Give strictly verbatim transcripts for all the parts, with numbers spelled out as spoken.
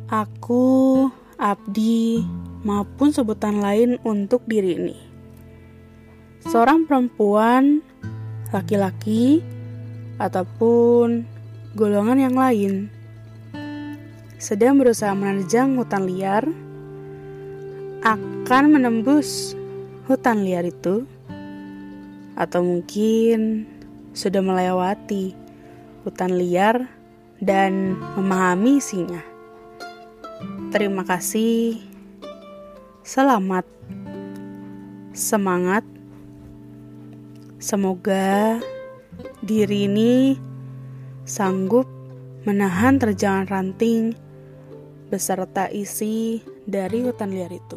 Aku, Abdi, maupun sebutan lain untuk diri ini. Seorang perempuan, laki-laki, ataupun golongan yang lain sedang berusaha menerjang hutan liar, akan menembus hutan liar itu, atau mungkin sudah melewati hutan liar dan memahami isinya. Terima kasih, selamat, semangat. Semoga diri ini sanggup menahan terjangan ranting beserta isi dari hutan liar itu.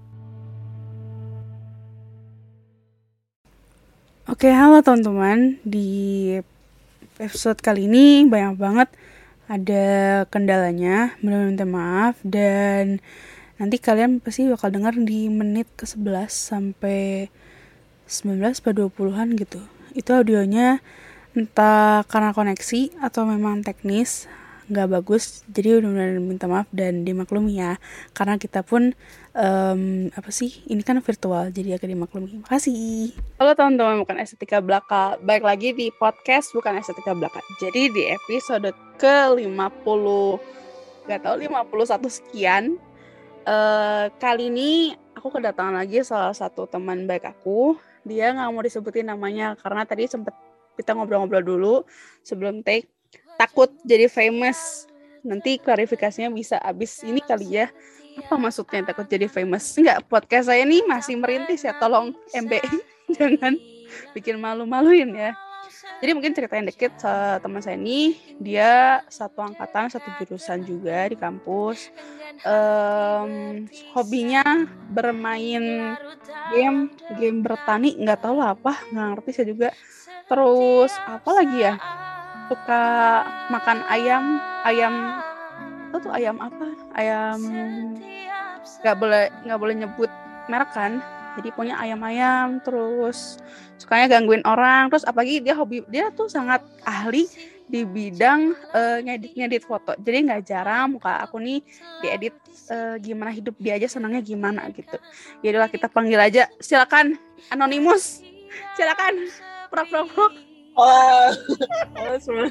Oke, halo teman-teman. Di episode kali ini banyak banget ada kendalanya, benar-benar minta maaf. Dan nanti kalian pasti bakal dengar di menit ke sebelas sampai sembilan belas pada dua puluhan gitu. Itu audionya entah karena koneksi atau memang teknis nggak bagus, jadi benar-benar minta maaf dan dimaklumi ya, karena kita pun um, apa sih, ini kan virtual, jadi agak dimaklumi. Makasih. Halo teman-teman, bukan estetika belaka, baik lagi di podcast bukan estetika belaka. Jadi di episode ke lima puluh, nggak tahu lima puluh satu sekian, uh, kali ini aku kedatangan lagi salah satu teman baik aku. Dia nggak mau disebutin namanya karena tadi sempet kita ngobrol-ngobrol dulu sebelum take. Takut jadi famous. Nanti klarifikasinya bisa abis ini kali ya. Apa maksudnya takut jadi famous? Enggak, podcast saya nih masih merintis ya. Tolong M B jangan bikin malu-maluin ya. Jadi mungkin ceritain dikit, teman saya ini dia satu angkatan, satu jurusan juga di kampus. Um, hobinya bermain game, game bertani, nggak tahu lah apa, nggak ngerti saya juga. Terus apa lagi ya? Suka makan ayam, ayam itu tuh ayam apa? Ayam nggak boleh nggak boleh nyebut merek kan? Jadi punya ayam-ayam, terus sukanya gangguin orang, terus apalagi dia hobi dia tuh sangat ahli di bidang uh, ngedit-ngedit foto. Jadi nggak jarang muka aku nih diedit uh, gimana hidup dia aja senangnya gimana gitu. Yaudah kita panggil aja, silakan Anonymous, silakan prak-prak-prak. Oh, halo semua.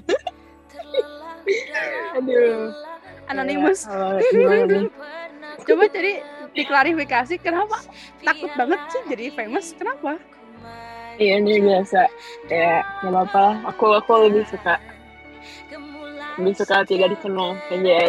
Aduh, Anonymous. Halo, gimana nih? Coba jadi diklarifikasi kenapa takut banget sih jadi famous, kenapa? Iya nih biasa, ya nggak apa-apa lah. Aku aku lebih suka lebih suka tidak dikenal aja.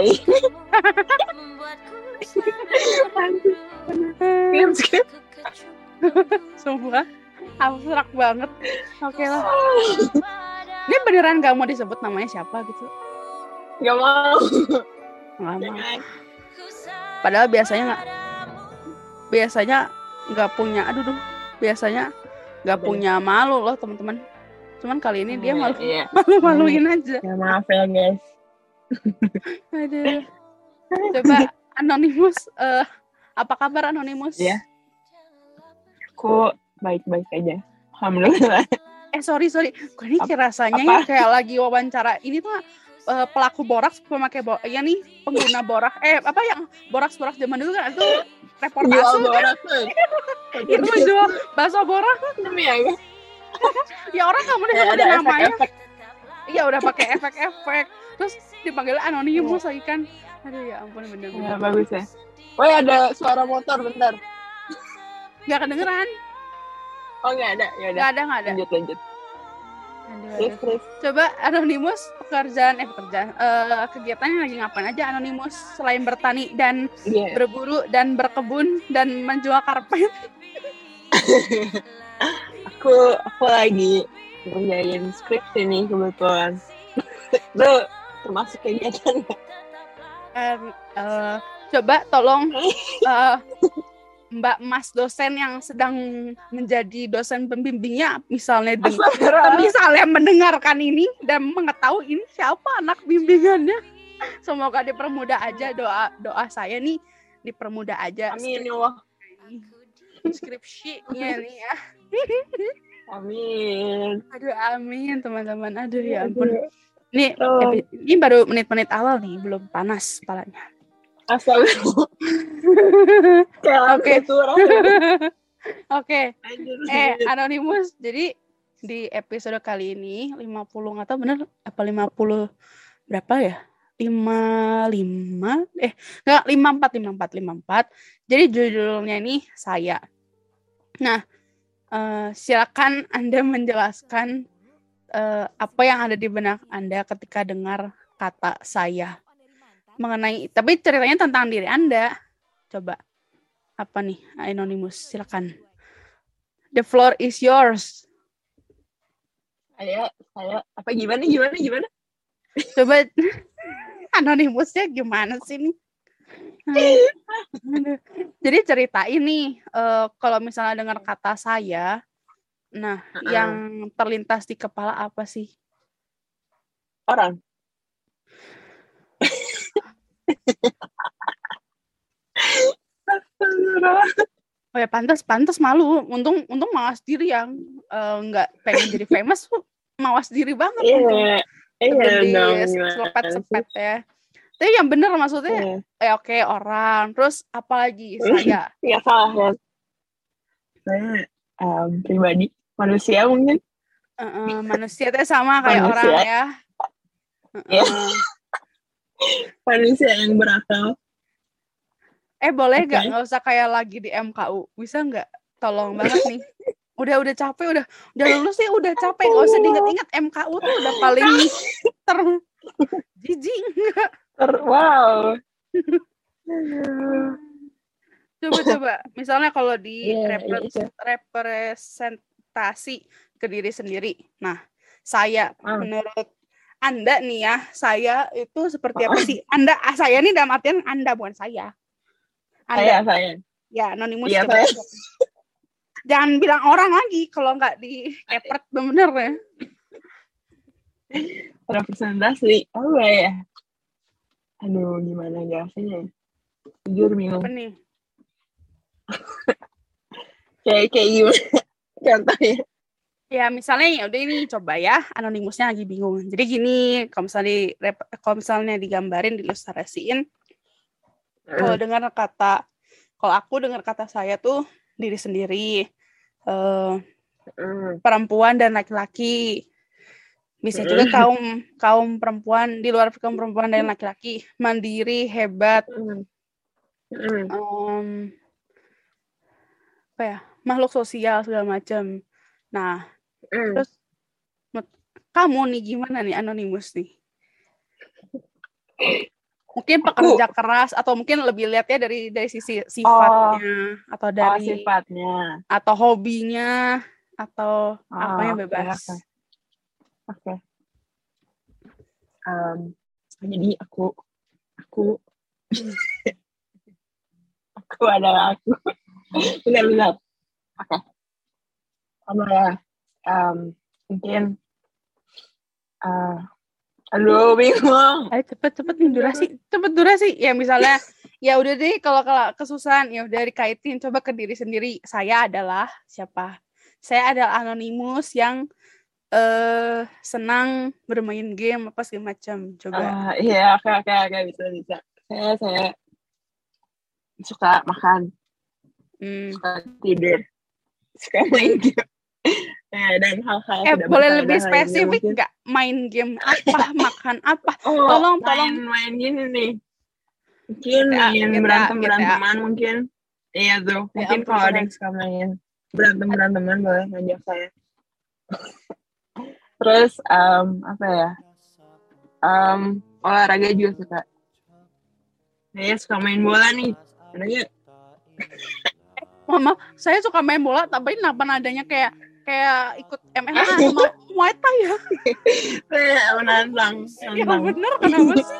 Skip skip. Sumpah abstrak banget. Oke lah. Ini beneran gak mau disebut namanya siapa gitu? Gak mau. Gak mau. Padahal biasanya nggak, biasanya nggak punya, aduh duh, biasanya nggak punya malu loh teman-teman. Cuman kali ini dia malu, iya. malu-maluin aja. Ya, maaf ya guys. Aduh. Coba Anonymous, uh, apa kabar Anonymous? Ya. Aku baik-baik aja, alhamdulillah. Eh sorry sorry, gue ini rasanya ya kayak lagi wawancara. Ini tuh uh, pelaku boraks, pemakai borak, ya nih pengguna borak. Eh apa yang borak-borak zaman dulu kan itu reportase. Jual borak tuh. Itu jual bakso borak. Ya, ya orang nggak mau disebut ya, namanya. Iya udah pakai efek-efek, terus dipanggil Anonymous lagi kan. Aduh ya ampun bener-bener. Ya, bagus ya. Woi ada suara motor bentar. Gak kedengeran. Oh nggak ada, ya udah. Nggak ada nggak ada. Lanjut lanjut. Aduh, aduh. Coba Anonymous pekerjaan eh pekerjaan uh, kegiatannya lagi ngapain aja Anonymous selain bertani dan yeah. berburu dan berkebun dan menjual karpet? aku aku lagi ngerjain skripsi nih kebetulan. Itu termasuk kegiatan nggak? Uh, uh, coba tolong. Uh, Mbak Mas dosen yang sedang menjadi dosen pembimbingnya misalnya deng- misalnya mendengarkan ini dan mengetahui ini siapa anak bimbingannya, semoga dipermudah aja. Doa doa saya nih dipermudah aja. Amin ya Allah. Skripsinya nih ya. Amin. Aduh amin teman-teman. Aduh ya ampun. Ini oh. ini baru menit-menit awal nih, belum panas kepalanya. Astagfirullah. Oke. Oke. Oke. Eh, Anonymous. Jadi di episode kali ini lima puluh nggak tahu bener apa lima puluh berapa ya? lima puluh lima eh enggak lima puluh empat lima puluh empat lima puluh empat. Jadi judulnya ini saya. Nah, uh, silakan Anda menjelaskan uh, apa yang ada di benak Anda ketika dengar kata saya. Mengenai, tapi ceritanya tentang diri Anda. Coba apa nih, Anonymous, silakan. The floor is yours. Saya, saya apa gimana gimana gimana? Coba Anonymousnya gimana sih nih? Jadi cerita ini, uh, kalau misalnya dengar kata saya, nah uh-uh. yang terlintas di kepala apa sih? Orang. Oh ya, pantas pantas malu. Untung untung mawas diri yang nggak uh, pengen jadi famous, mawas diri banget. Iya, iya dong. Sepet-sepet ya. Tapi yang bener maksudnya, yeah. eh oke okay, orang. Terus apalagi saya? Nggak salah ya. Saya um, pribadi manusia mungkin. Uh-uh, manusia itu sama kayak manusia. Orang ya. Uh-uh. Yeah. Manusia yang berakal. Eh boleh nggak okay. nggak usah kayak lagi di M K U, bisa nggak? Tolong banget nih. Udah udah capek, udah udah lulus sih, udah capek. Nggak usah diinget-inget, M K U tuh udah paling ter jijik nggak? Ter wow. Coba-coba, misalnya kalau di yeah, repres- yeah. representasi ke diri sendiri. Nah, saya oh. menurut Anda nih ya, saya itu seperti apa sih? Anda, saya nih dalam artian Anda, bukan saya. Anda. Saya, saya. Ya, Anonymous. Iya, saya. Jangan bilang orang lagi kalau nggak di-epret bener ya. Representasi, apa ya? Aduh, gimana jelasinnya? Jujur bingung. Apa nih? kayak kayak gimana? Contohnya. Ya, misalnya ya udah ini coba ya, Anonymousnya lagi bingung. Jadi gini, kalau misalnya di, kalau misalnya digambarin, diilustrasiin, mm. kalau dengar kata, kalau aku dengar kata saya tuh diri sendiri, uh, mm. perempuan dan laki-laki. Bisa juga kaum kaum perempuan di luar kaum perempuan dan laki-laki, mandiri, hebat, um, apa ya, makhluk sosial segala macam. Nah, mm. terus kamu nih gimana nih Anonymous nih? Mungkin pekerja Aku. keras atau mungkin lebih lihatnya dari dari sisi sifatnya oh. atau dari oh, sifatnya atau hobinya atau oh, apanya bebas. Okay, okay. Oke. Okay. Um, jadi aku aku aku adalah aku. Benar-benar. Oke. Okay. Apa ya? Um, mungkin uh, aduh bingung. Ayo cepet-cepet nih durasi, cepet durasi. Ya misalnya, ya udah deh kalau kalau kesusahan ya udah dikaitin coba ke diri sendiri. Saya adalah siapa? Saya adalah Anonymous yang Uh, senang bermain game apa segala macam. Coba. Uh, iya, oke oke oke bisa bisa. Saya saya suka makan, hmm. suka tidur, suka main game. Ya, dan hal-hal eh boleh lebih spesifik nggak? Main game apa, makan apa? Oh, tolong main, tolong. Main gini nih. Mungkin main berantem beranteman mungkin. Iya tuh. Mungkin ya, kalau ada yang suka main berantem beranteman boleh ngajak saya. Terus um, apa ya? Um, olahraga juga suka. Saya suka main bola nih. Adanya. Mama, saya suka main bola, tapi kenapa nadanya kayak kayak ikut M M A sama Muay Thai ya? Saya menantang. Ya bener, kenapa sih?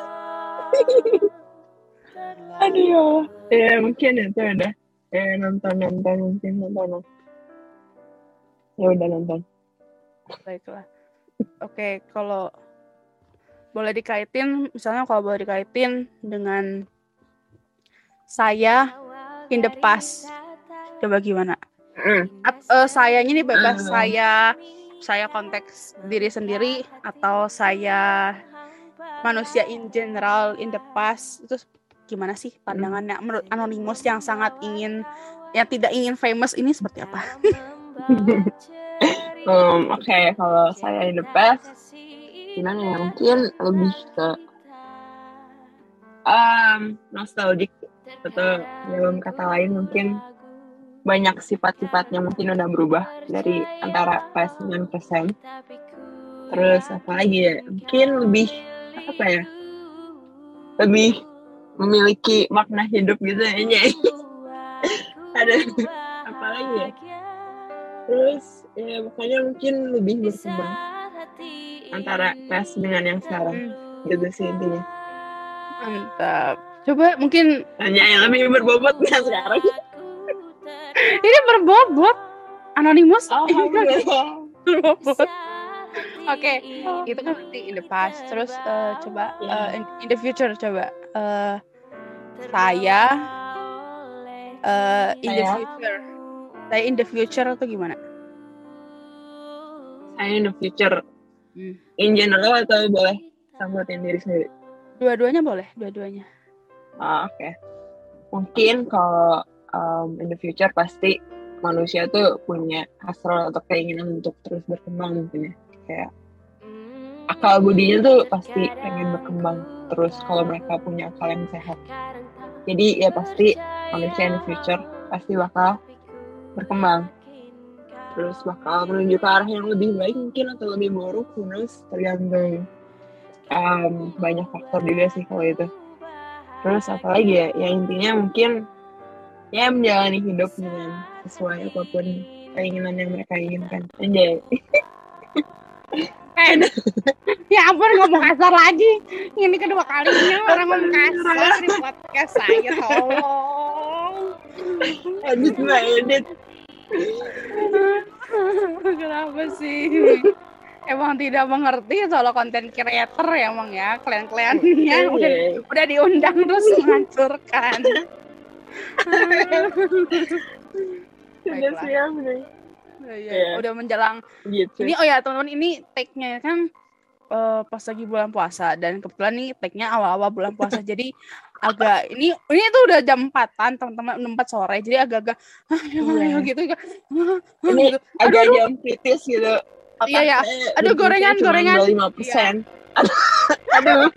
Aduh, ya mungkin itu udah. Ya nonton nonton mungkin nonton. Ya udah nonton. Baiklah. Oke, kalau boleh dikaitin, misalnya kalau boleh dikaitin dengan saya in the past, coba gimana? Mm. At, uh, sayanya ini bebas, mm. saya saya konteks diri sendiri atau saya manusia in general in the past, itu gimana sih pandangannya menurut Anonymous yang sangat ingin, yang tidak ingin famous ini seperti apa? um, Oke, okay. Kalau saya in the past, gimana ya? Mungkin lebih ke um, nostalgic, atau dalam kata lain mungkin banyak sifat-sifatnya mungkin udah berubah dari antara past dan present. Terus apa lagi ya? Mungkin lebih apa ya? Lebih memiliki makna hidup gitu aja. Ada apa lagi ya? Terus ya makanya mungkin lebih berkembang antara past dengan yang sekarang. Hmm. Gitu sih intinya. Mantap. Coba mungkin hanya yang lebih berbobot nggak sekarang? Ini berbobot. Anonymous. Alhamdulillah. Berbobot. Oke, okay. Itu kan nanti in the past. Terus uh, coba uh, in, in the future coba. Uh, saya uh, in the future. Saya in the future atau gimana? Saya in the future. Hmm. In general atau boleh sambutin diri sendiri? Dua-duanya boleh, dua-duanya. Oh, oke. Okay. Mungkin kalau um, in the future pasti manusia tuh punya hasrat atau keinginan untuk terus berkembang mungkin ya. Kayak akal budinya tuh pasti pengen berkembang terus kalau mereka punya akal yang sehat. Jadi ya pasti manusia in the future pasti bakal berkembang. Terus bakal menuju ke arah yang lebih baik mungkin atau lebih buruk, who knows, tergantung um, banyak faktor juga sih kalau itu. Terus apa lagi ya, ya intinya mungkin ya menjalani hidup dengan sesuai apapun keinginan yang mereka inginkan. Anjay. Eh, ya ampun ngomong kasar lagi. Ini kedua kalinya orang ngomong kasar di podcast saya. Tolong. Edit mbak, edit. Kenapa sih? Emang tidak mengerti soal konten creator ya emang ya. Kalian-kaliannya udah, udah diundang terus menghancurkan. Sudah siap nih. Ya, yeah. Udah menjelang gitu. Ini oh ya teman-teman, ini take-nya kan uh, pas lagi bulan puasa dan kebetulan nih take-nya awal-awal bulan puasa. Jadi agak ini ini tuh udah jam empatan teman-teman, empat sore. Jadi agak-agak ah yeah. gitu kan. Ini gitu. Agak aduh, jam kritis gitu. Iya ya. Aduh gorengan gorengan lima persen. Aduh.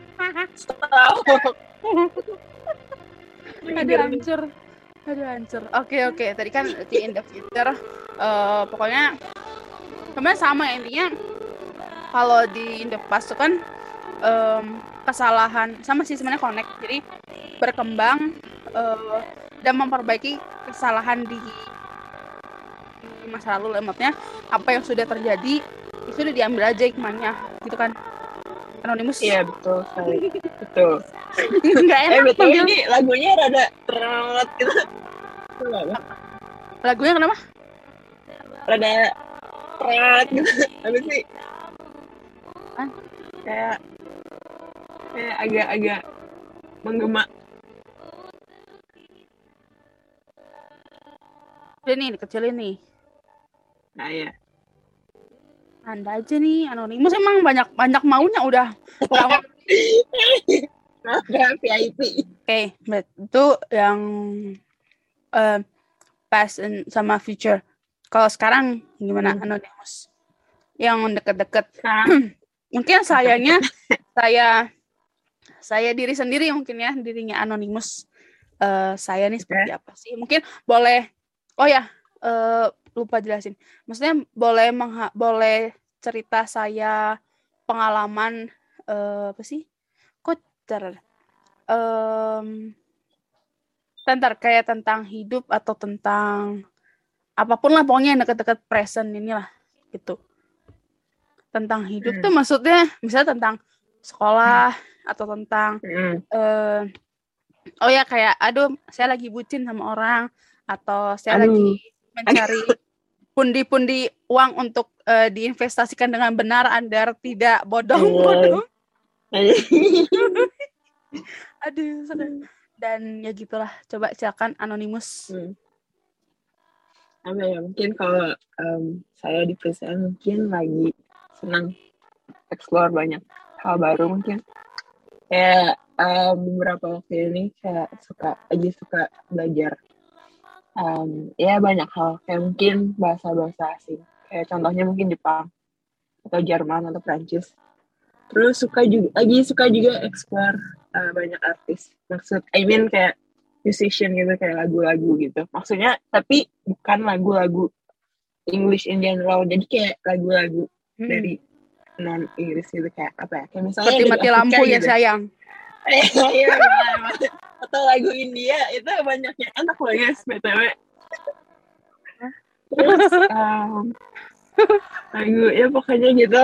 Aduh hancur. Aduh hancur. Oke okay, oke. Okay. Tadi kan di in the future uh, pokoknya sebenarnya sama ya, intinya kalau di in the past itu kan um, kesalahan sama sih sebenarnya connect. Jadi berkembang uh, dan memperbaiki kesalahan di, di masa lalu. Maksudnya apa yang sudah terjadi itu udah diambil aja hikmahnya gitu kan. Anonymous. Iya betul sekali. Betul. Enggak enak. Eh betul ini lagunya rada terat gitu. Lagunya kenapa? Rada terat gitu. Apa sih? Ah? Kayak kayak agak-agak menggema. Udah nih dikecilin nih. Nah ya. Anda aja nih Anonymous emang banyak banyak maunya udah. Udah V I P. Oke, okay, itu yang uh, past sama future. Kalau sekarang gimana hmm. Anonymous? Yang deket-deket. Mungkin sayanya saya saya diri sendiri mungkin ya, dirinya Anonymous. Uh, saya nih seperti okay. apa sih? Mungkin boleh. Oh ya, uh, lupa jelasin. Maksudnya boleh mengha- boleh cerita saya pengalaman uh, apa sih? Kok ter um, tentar kayak tentang hidup atau tentang apapun lah pokoknya yang dekat-dekat present inilah gitu. Tentang hidup hmm. tuh maksudnya misalnya tentang sekolah hmm. atau tentang hmm. uh, oh ya kayak aduh saya lagi bucin sama orang atau saya aduh. lagi mencari pundi-pundi uang untuk uh, diinvestasikan dengan benar agar tidak bodong-bodong. Aduh, dan ya gitulah. Coba silakan Anonymous. Hmm. Apa ya mungkin kalau um, saya di present mungkin lagi senang explore banyak hal baru mungkin. Kayak um, beberapa waktu ini kayak suka lagi suka belajar um, ya banyak hal kayak mungkin bahasa-bahasa asing kayak contohnya mungkin Jepang atau Jerman atau Prancis. Terus suka juga lagi suka juga explore uh, banyak artis. Maksud I mean kayak musician gitu kayak lagu-lagu gitu. Maksudnya tapi bukan lagu-lagu English in general. Jadi kayak lagu-lagu hmm. dari non Inggris gitu kayak apa ya? Kayak misalnya seperti mati lampu gitu. Ya sayang. Iya, atau lagu India itu banyaknya enak loh guys, B T W. Terus um, lagu ya pokoknya gitu.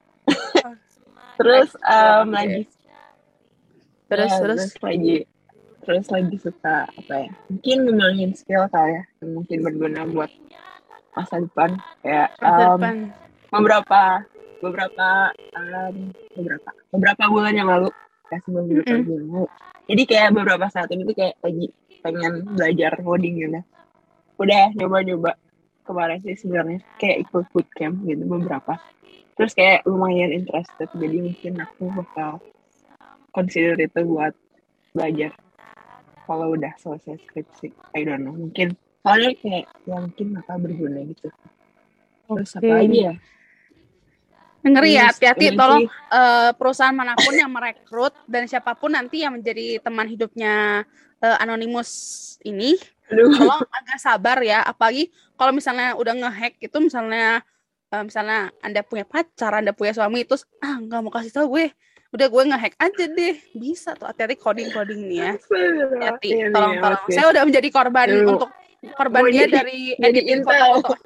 terus um, lagi terus ya, terus terus lagi terus lagi suka apa ya? Mungkin ngembangin skill kali ya, yang mungkin berguna buat masa depan kayak masa um, depan. beberapa beberapa um, beberapa beberapa bulan yang lalu kayak sebelum beberapa mm-hmm. bulan lalu. Jadi kayak beberapa saat ini tuh kayak lagi pengen belajar coding gitu. Udah nyoba-nyoba kemarin sih sebenarnya kayak ikut bootcamp gitu beberapa. Terus kayak lumayan interested, jadi mungkin aku bakal consider itu buat belajar kalau udah selesai skripsi. I don't know, mungkin soalnya kayak ya mungkin bakal berguna gitu. Terus okay. Apa lagi ya? Ngeri ya, hati-hati tolong uh, perusahaan manapun yang merekrut dan siapapun nanti yang menjadi teman hidupnya uh, Anonymous ini, Aduh. Tolong agak sabar ya, apalagi kalau misalnya udah ngehack itu misalnya Uh, misalnya Anda punya pacar, Anda punya suami, terus ah nggak mau kasih tahu gue, udah gue nge-hack aja deh, bisa tuh. Hati-hati coding-coding nih ya, hati-hati, ya, tolong tolong. Okay. Saya udah menjadi korban ya, untuk korban dia jadi, dari editing foto-foto.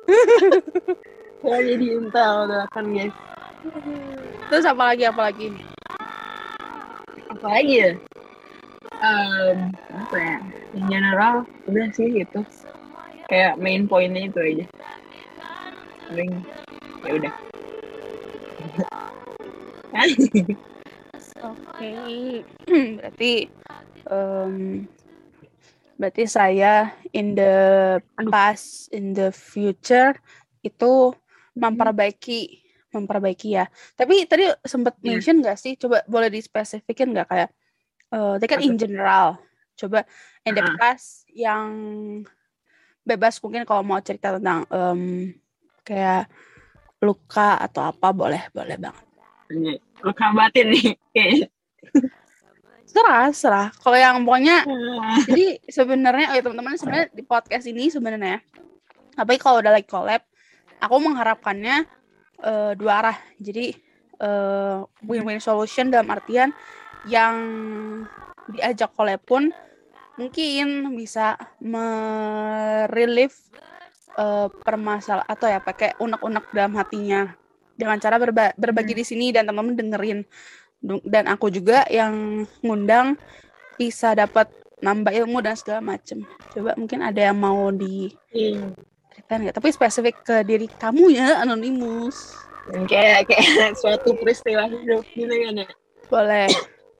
Ya jadi intel udah kan guys. Terus apa lagi apa lagi? Apa lagi ya? Um, apa ya? In general udah sih gitu. Kayak main pointnya itu aja. Ring ya udah. Oke, okay. berarti um, berarti saya in the past, in the future itu memperbaiki memperbaiki ya. Tapi tadi sempat yeah. mention nggak sih? Coba boleh dispesifikin nggak kayak uh, kan in general. Coba in the past uh-huh. yang bebas mungkin kalau mau cerita tentang um, kayak luka atau apa boleh boleh banget. Luka batin nih. serah serah. Kalau yang pokoknya jadi sebenarnya oh ya teman-teman sebenarnya di podcast ini sebenarnya tapi kalau udah like collab aku mengharapkannya uh, dua arah. Jadi uh, win-win solution dalam artian yang diajak collab pun mungkin bisa merelieve Uh, permasalahan atau ya pakai unek-unek dalam hatinya dengan cara berba- berbagi hmm. di sini dan teman-teman dengerin dan aku juga yang ngundang bisa dapat nambah ilmu dan segala macem. Coba mungkin ada yang mau di ceritain nggak? Tapi spesifik ke diri kamu ya Anonymous. Kayak kayak suatu peristiwa hidup gitu kan ya. Boleh.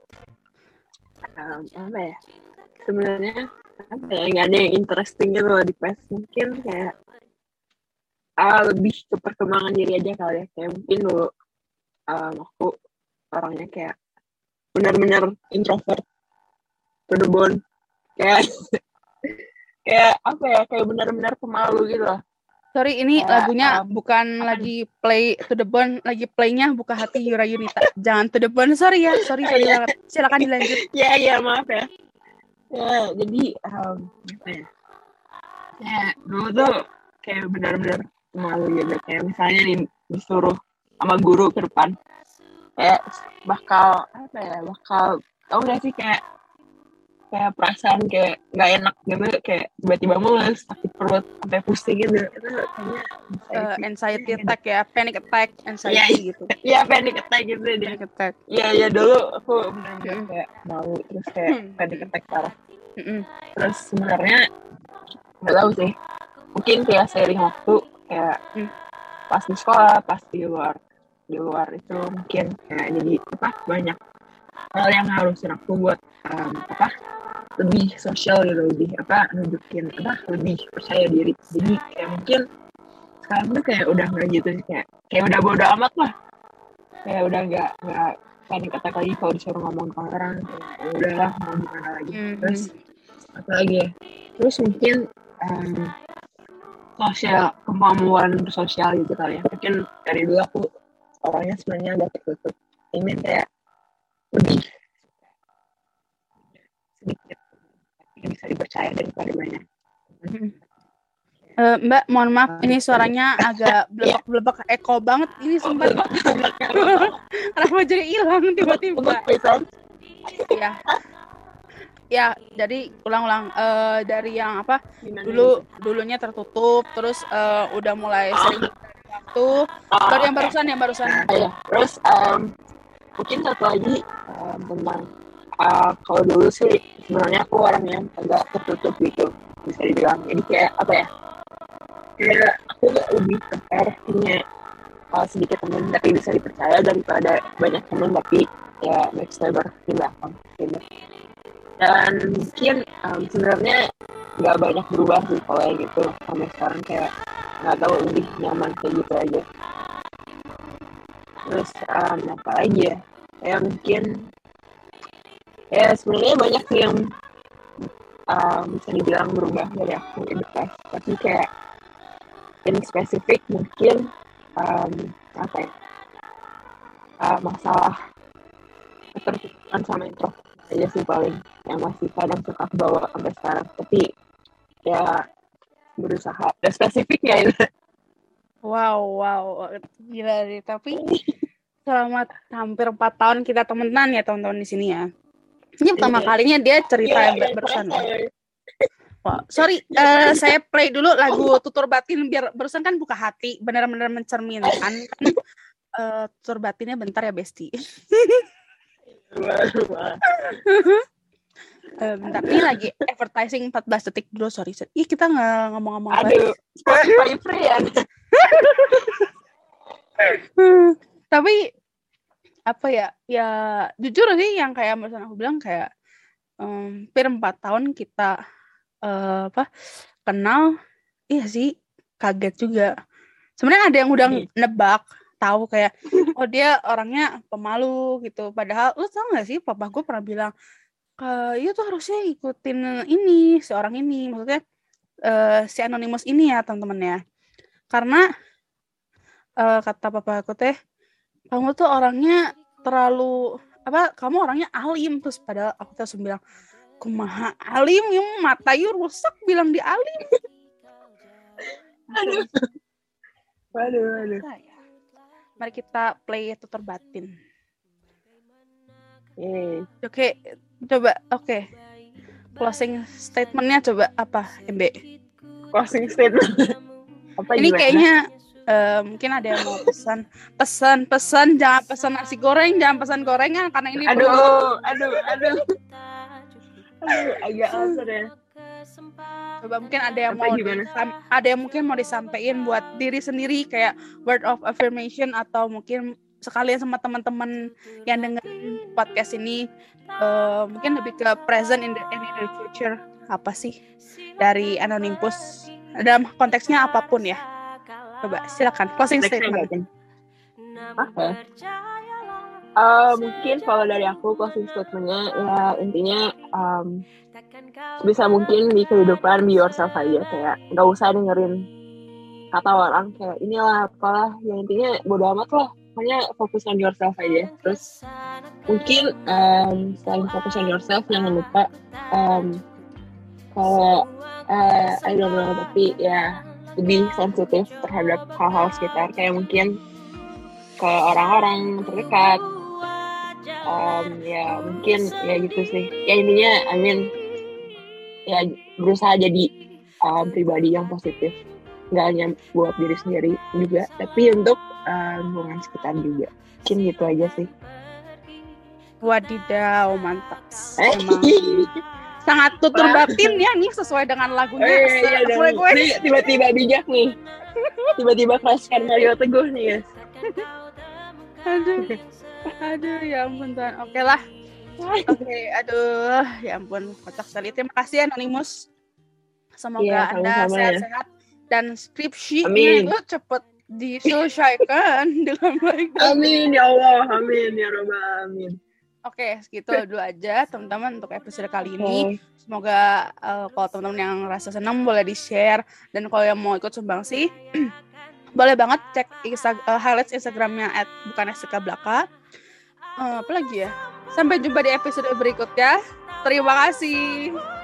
Um, apa ya? Sebenarnya apa ya, nggak ada yang interesting gitu loh di P E S. Mungkin kayak uh, lebih ke perkembangan diri aja kali ya. Kayak mungkin dulu um, aku orangnya kayak benar-benar introvert to the bone. Kayak kayak apa ya, kayak benar-benar pemalu gitu loh. Sorry, ini kayak, lagunya um, bukan apa? Lagi play to the bone, lagi playnya Buka Hati Yura Yunita. Jangan to the bone, sorry ya, sorry sorry banget. Silakan dilanjut. Ya ya maaf ya. Ya, jadi um, apa ya? Ya, dulu tuh kayak benar-benar malu gitu. Kayak misalnya nih, disuruh sama guru ke depan. Kayak bakal, apa ya, bakal, tau gak sih kayak kayak perasaan kayak gak enak gitu. Kayak tiba-tiba mules, sakit perut, sampai pusing gitu. Itu kayaknya uh, anxiety attack ya, panic attack, anxiety ya, gitu. Iya, panic attack gitu deh. Panic attack. Iya, ya dulu aku benar-benar mm. kayak malu, terus kayak hmm. panic attack parah. Mm-mm. Terus sebenarnya nggak tahu sih, mungkin kayak seiring waktu kayak mm. pas di sekolah, pas di luar di luar itu mungkin kayak jadi apa banyak hal yang harusin aku buat um, apa lebih sosial gitu, lebih apa nunjukin apa lebih percaya diri. Jadi kayak mungkin sekarang tuh kayak udah nggak gitu sih, kayak kayak udah bodo amat lah, kayak udah nggak nggak panik attack lagi kalau disuruh ngomong ke orang. Ya udahlah, mau gimana lagi. Hmm. Terus apa lagi ya? Terus mungkin um, sosial, kemampuan bersosial gitu kali ya. Mungkin dari dulu aku orangnya sebenarnya agak tertutup. Ini kayak lebih sedikit yang bisa dipercaya daripada banyak. Hmm. Uh, Mbak, mohon maaf, ini suaranya agak blebek-blebek, eko banget. Ini sempat kenapa jadi hilang tiba-tiba? Ya, ya. Jadi ulang-ulang uh, dari yang apa? Gimana dulu itu? dulunya tertutup, terus uh, udah mulai sering waktu. Baru yang barusan, yang barusan. Nah, ya. Terus um, mungkin satu lagi um, tentang uh, kalau dulu sih sebenarnya aku orang yang agak tertutup gitu, bisa dibilang. Jadi kayak apa ya? Kayak aku lebih prefer punya uh, sedikit teman tapi bisa dipercaya daripada banyak teman tapi ya backstabber di belakang gitu. Dan mungkin um, sebenarnya nggak banyak berubah sih kalau yang gitu sampai sekarang, kayak nggak tahu, lebih nyaman kayak gitu aja. Terus um, apa lagi ya? Ya mungkin ya sebenarnya banyak yang um, bisa dibilang berubah dari aku in the past, tapi kayak in spesifik mungkin um, apa ya, uh, masalah ketertutupan sama introvert aja sih paling yang masih kadang suka kebawa sampai sekarang, tapi ya berusaha dan spesifiknya itu. Wow, wow, gila deh. Tapi selama hampir empat tahun kita temenan ya teman-teman di sini ya. Ini pertama kalinya dia cerita yang yeah, barusan loh. Wow, sorry, uh, saya play dulu lagu Tutur Batin biar barusan kan buka hati, benar-benar mencerminkan kan. Uh, tutur batinnya bentar ya Besti. uh, bentar, ini lagi advertising empat belas detik dulu, sorry. Ih, kita nggak ngomong-ngomong apa. Aduh, Spotify free ya. Tapi apa ya? Ya jujur sih yang kayak barusan aku bilang kayak um, hampir empat tahun kita Uh, apa kenal, iya sih kaget juga. Sebenarnya ada yang udah nebak, tahu kayak oh dia orangnya pemalu gitu. Padahal lu tau nggak sih, papa gue pernah bilang iya tuh harusnya ikutin ini si orang ini, maksudnya uh, si Anonymous ini ya teman-teman ya. Karena uh, kata papa aku teh, kamu tuh orangnya terlalu apa? Kamu orangnya alim. Terus padahal aku tuh langsung bilang, kumaha alim, yang mata yu rusak bilang di alim. Aduh. Waduh, waduh. Mari kita play Tutur Batin. Yeay. Oke, okay, coba oke. Okay. Closing statement-nya coba apa, M B? Closing statement. Apa ini gimana? Kayaknya uh, mungkin ada yang mau pesan, pesan, pesan, jangan pesan nasi goreng, jangan pesan gorengan karena ini aduh, perlu... aduh, aduh. Aduh, agak answer ya. Coba mungkin ada yang apa mau disam- ada yang mungkin mau disampaikan buat diri sendiri kayak word of affirmation, atau mungkin sekalian sama teman-teman yang dengerin podcast ini, uh, mungkin lebih ke present in the, in the future, apa sih dari Anonymous dalam konteksnya apapun ya. Coba silakan closing statement. Oke. Uh, mungkin kalau dari aku closing statementnya ya intinya um, bisa mungkin di kehidupan be yourself aja, kayak nggak usah dengerin kata orang kayak inilah apalah, yang intinya bodo amat lah, hanya fokus on yourself aja. Terus mungkin um, selain fokus on yourself jangan lupa um, kalau uh, I don't know tapi ya lebih sensitif terhadap hal-hal sekitar, kayak mungkin ke orang-orang terdekat. Um, ya mungkin ya gitu sih ya intinya, I mean ya berusaha jadi um, pribadi yang positif, nggak hanya buat diri sendiri juga tapi untuk um, lingkungan sekitar juga. Mungkin gitu aja sih. Wadidaw, mantap. Emang sangat tutur batin ya nih, sesuai dengan lagunya. Eh, iya dong. Nih, tiba-tiba bijak nih, tiba-tiba keraskan Mario Teguh nih guys. Aduh, aduh ya ampun Tuhan. Oke lah. Oke, aduh ya ampun, kocak sekali. Terima kasih Anonymous. Semoga ya, Anda sehat-sehat ya. Dan skripsinya itu cepet diselesaikan dengan baik. Amin ya Allah, amin ya Rabbal alamin. Oke, segitu dulu aja teman-teman untuk episode kali ini. Semoga uh, kalau teman-teman yang rasa senang boleh di-share, dan kalau yang mau ikut sumbangsi boleh banget cek Insta- uh, highlights Instagramnya at bukan S K Blaka. Uh, apa lagi ya? Sampai jumpa di episode berikutnya. Terima kasih.